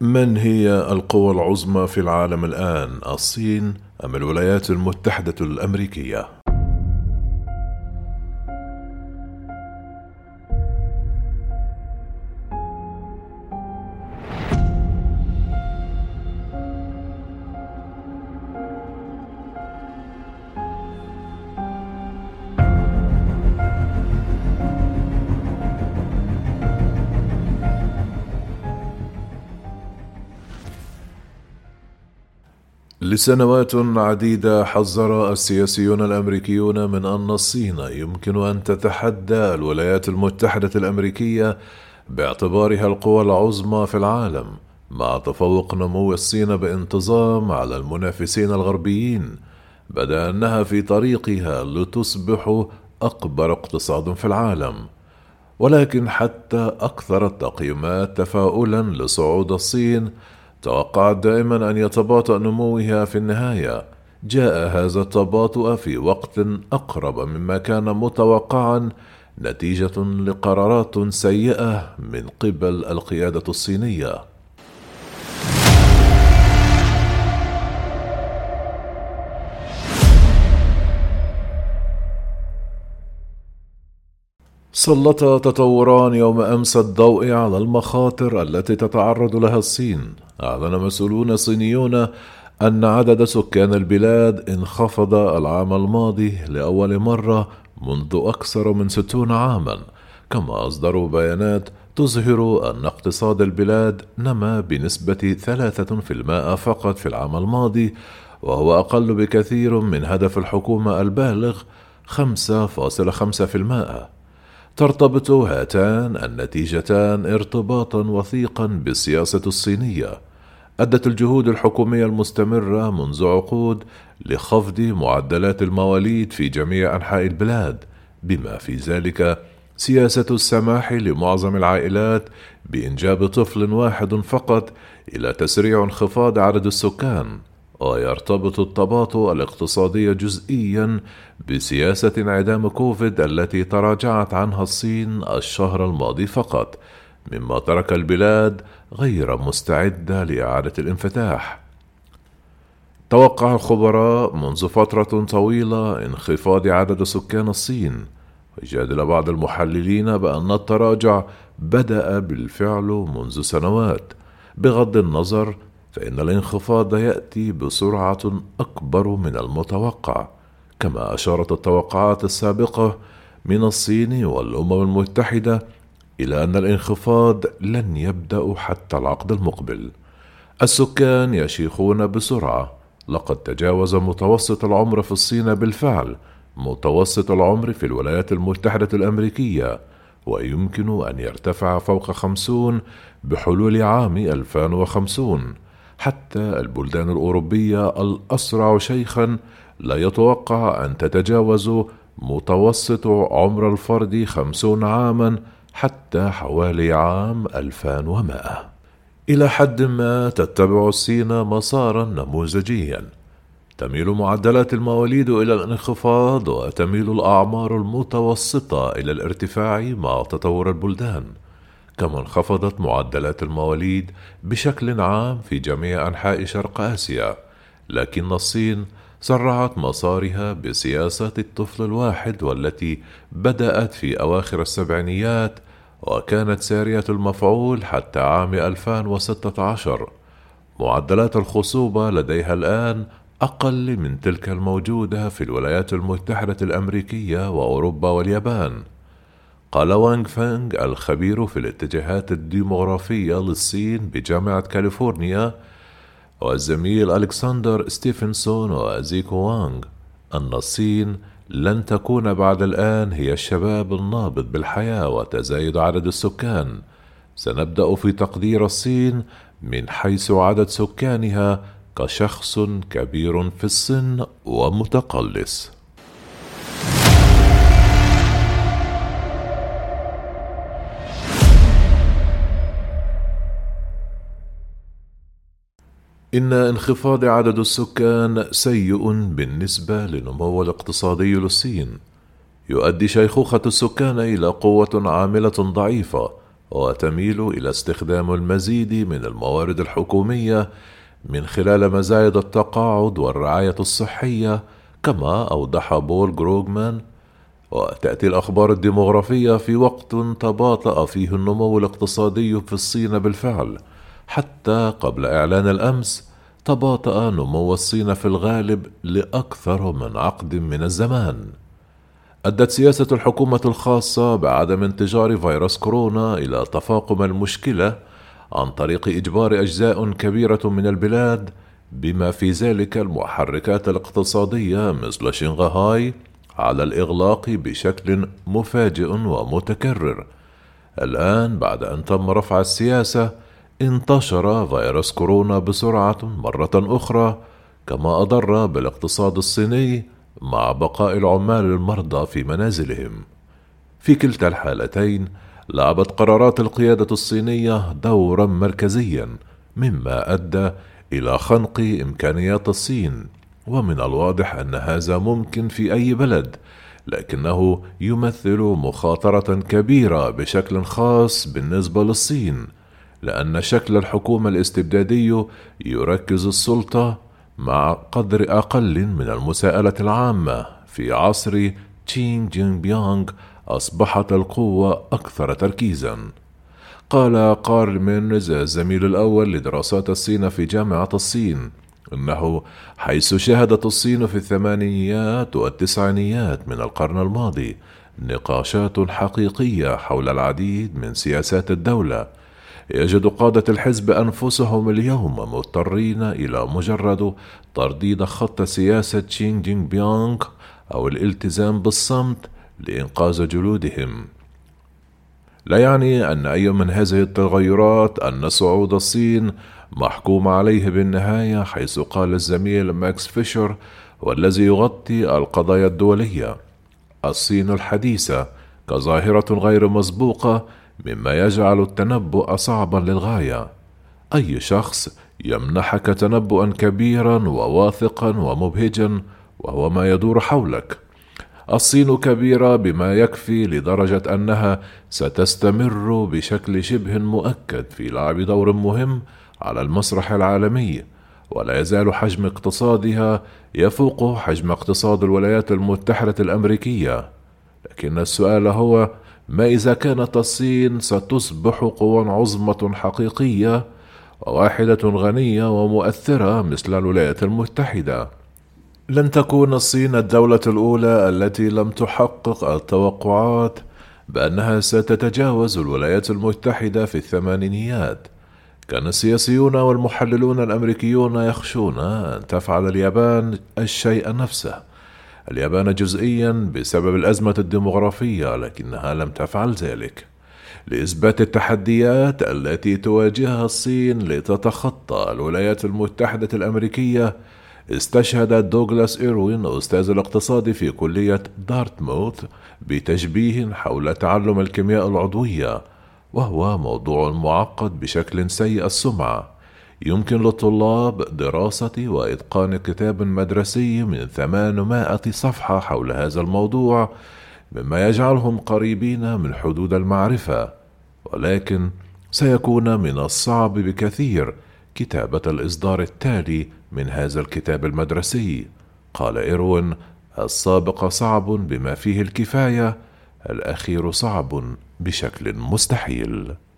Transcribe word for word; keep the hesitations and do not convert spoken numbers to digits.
من هي القوى العظمى في العالم الآن؟ الصين أم الولايات المتحدة الأمريكية؟ لسنوات عديدة حذر السياسيون الأمريكيون من أن الصين يمكن أن تتحدى الولايات المتحدة الأمريكية باعتبارها القوى العظمى في العالم، مع تفوق نمو الصين بانتظام على المنافسين الغربيين، بدا أنها في طريقها لتصبح أكبر اقتصاد في العالم. ولكن حتى أكثر التقييمات تفاؤلا لصعود الصين توقعت دائما أن يتباطأ نموها في النهاية. جاء هذا التباطؤ في وقت أقرب مما كان متوقعا نتيجة لقرارات سيئة من قبل القيادة الصينية. سلط تطوران يوم أمس الضوء على المخاطر التي تتعرض لها الصين. أعلن مسؤولون صينيون أن عدد سكان البلاد انخفض العام الماضي لأول مرة منذ أكثر من ستون عاما، كما أصدروا بيانات تظهر أن اقتصاد البلاد نما بنسبة ثلاثة في المائة فقط في العام الماضي، وهو أقل بكثير من هدف الحكومة البالغ خمسة فاصلة خمسة في المائة. ترتبط هاتان النتيجتان ارتباطا وثيقا بالسياسة الصينية. أدت الجهود الحكومية المستمرة منذ عقود لخفض معدلات المواليد في جميع أنحاء البلاد، بما في ذلك سياسة السماح لمعظم العائلات بإنجاب طفل واحد فقط، إلى تسريع انخفاض عدد السكان. ويرتبط التباطؤ الاقتصادي جزئيا بسياسة انعدام كوفيد التي تراجعت عنها الصين الشهر الماضي فقط، مما ترك البلاد غير مستعدة لإعادة الانفتاح. توقع الخبراء منذ فترة طويلة انخفاض عدد سكان الصين، ويجادل بعض المحللين بأن التراجع بدأ بالفعل منذ سنوات. بغض النظر، فإن الانخفاض يأتي بسرعة أكبر من المتوقع، كما أشارت التوقعات السابقة من الصين والأمم المتحدة إلى أن الانخفاض لن يبدأ حتى العقد المقبل. السكان يشيخون بسرعة. لقد تجاوز متوسط العمر في الصين بالفعل متوسط العمر في الولايات المتحدة الأمريكية، ويمكن أن يرتفع فوق خمسون بحلول عام ألفين وخمسين. حتى البلدان الأوروبية الأسرع شيخا لا يتوقع أن تتجاوز متوسط عمر الفرد خمسون عاما حتى حوالي عام ألفين ومائة. إلى حد ما تتبع الصين مسارا نموذجيا. تميل معدلات المواليد إلى الانخفاض، وتميل الأعمار المتوسطة إلى الارتفاع مع تطور البلدان. كما انخفضت معدلات المواليد بشكل عام في جميع أنحاء شرق آسيا، لكن الصين سرعت مسارها بسياسة الطفل الواحد، والتي بدأت في أواخر السبعينيات وكانت سارية المفعول حتى عام ألفين وستة عشر. معدلات الخصوبة لديها الآن أقل من تلك الموجودة في الولايات المتحدة الأمريكية وأوروبا واليابان. قال وانغ فانغ الخبير في الاتجاهات الديموغرافية للصين بجامعة كاليفورنيا، والزميل ألكسندر ستيفنسون وزيكو وانغ، أن الصين لن تكون بعد الآن هي الشباب النابض بالحياة وتزايد عدد السكان. سنبدأ في تقدير الصين من حيث عدد سكانها كشخص كبير في السن ومتقلص. إن انخفاض عدد السكان سيء بالنسبة للنمو الاقتصادي للصين. يؤدي شيخوخة السكان إلى قوة عاملة ضعيفة، وتميل إلى استخدام المزيد من الموارد الحكومية من خلال مزايد التقاعد والرعاية الصحية، كما أوضح بول جروغمان. وتأتي الأخبار الديمغرافية في وقت تباطأ فيه النمو الاقتصادي في الصين بالفعل، حتى قبل إعلان الأمس تباطأ نمو الصين في الغالب لأكثر من عقد من الزمان. أدت سياسة الحكومة الخاصة بعدم انتشار فيروس كورونا إلى تفاقم المشكلة عن طريق إجبار أجزاء كبيرة من البلاد، بما في ذلك المحركات الاقتصادية مثل شنغهاي، على الإغلاق بشكل مفاجئ ومتكرر. الآن بعد أن تم رفع السياسة، انتشر فيروس كورونا بسرعة مرة أخرى، كما أضر بالاقتصاد الصيني مع بقاء العمال المرضى في منازلهم. في كلتا الحالتين لعبت قرارات القيادة الصينية دورا مركزيا، مما أدى إلى خنق إمكانيات الصين. ومن الواضح أن هذا ممكن في أي بلد، لكنه يمثل مخاطرة كبيرة بشكل خاص بالنسبة للصين، لأن شكل الحكومة الاستبدادي يركز السلطة مع قدر أقل من المساءلة العامة. في عصر تشين جين بيانغ أصبحت القوة أكثر تركيزا. قال كارل ميرنز الزميل الأول لدراسات الصين في جامعة الصين إنه حيث شهدت الصين في الثمانينيات والتسعينيات من القرن الماضي نقاشات حقيقية حول العديد من سياسات الدولة، يجد قادة الحزب أنفسهم اليوم مضطرين إلى مجرد ترديد خط سياسة شين جين بيانغ أو الالتزام بالصمت لإنقاذ جلودهم. لا يعني أن أي من هذه التغيرات أن صعود الصين محكوم عليه بالنهاية، حيث قال الزميل ماكس فيشر والذي يغطي القضايا الدولية: الصين الحديثة كظاهرة غير مسبوقة، مما يجعل التنبؤ صعبا للغاية. أي شخص يمنحك تنبؤا كبيرا وواثقا ومبهجا وهو ما يدور حولك. الصين كبيرة بما يكفي لدرجة أنها ستستمر بشكل شبه مؤكد في لعب دور مهم على المسرح العالمي، ولا يزال حجم اقتصادها يفوق حجم اقتصاد الولايات المتحدة الأمريكية. لكن السؤال هو: ما إذا كانت الصين ستصبح قوى عظمى حقيقية وواحدة غنية ومؤثرة مثل الولايات المتحدة؟ لن تكون الصين الدولة الأولى التي لم تحقق التوقعات بأنها ستتجاوز الولايات المتحدة في الثمانينيات. كان السياسيون والمحللون الأمريكيون يخشون أن تفعل اليابان الشيء نفسه، اليابان جزئيا بسبب الأزمة الديمغرافية، لكنها لم تفعل ذلك. لإثبات التحديات التي تواجهها الصين لتتخطى الولايات المتحدة الأمريكية، استشهد دوغلاس إيروين أستاذ الاقتصاد في كلية دارتموث بتشبيه حول تعلم الكيمياء العضوية، وهو موضوع معقد بشكل سيء السمعة. يمكن للطلاب دراسة وإتقان كتاب مدرسي من ثمانمائة صفحة حول هذا الموضوع، مما يجعلهم قريبين من حدود المعرفة، ولكن سيكون من الصعب بكثير كتابة الإصدار التالي من هذا الكتاب المدرسي. قال إيروين: السابق صعب بما فيه الكفاية، الأخير صعب بشكل مستحيل.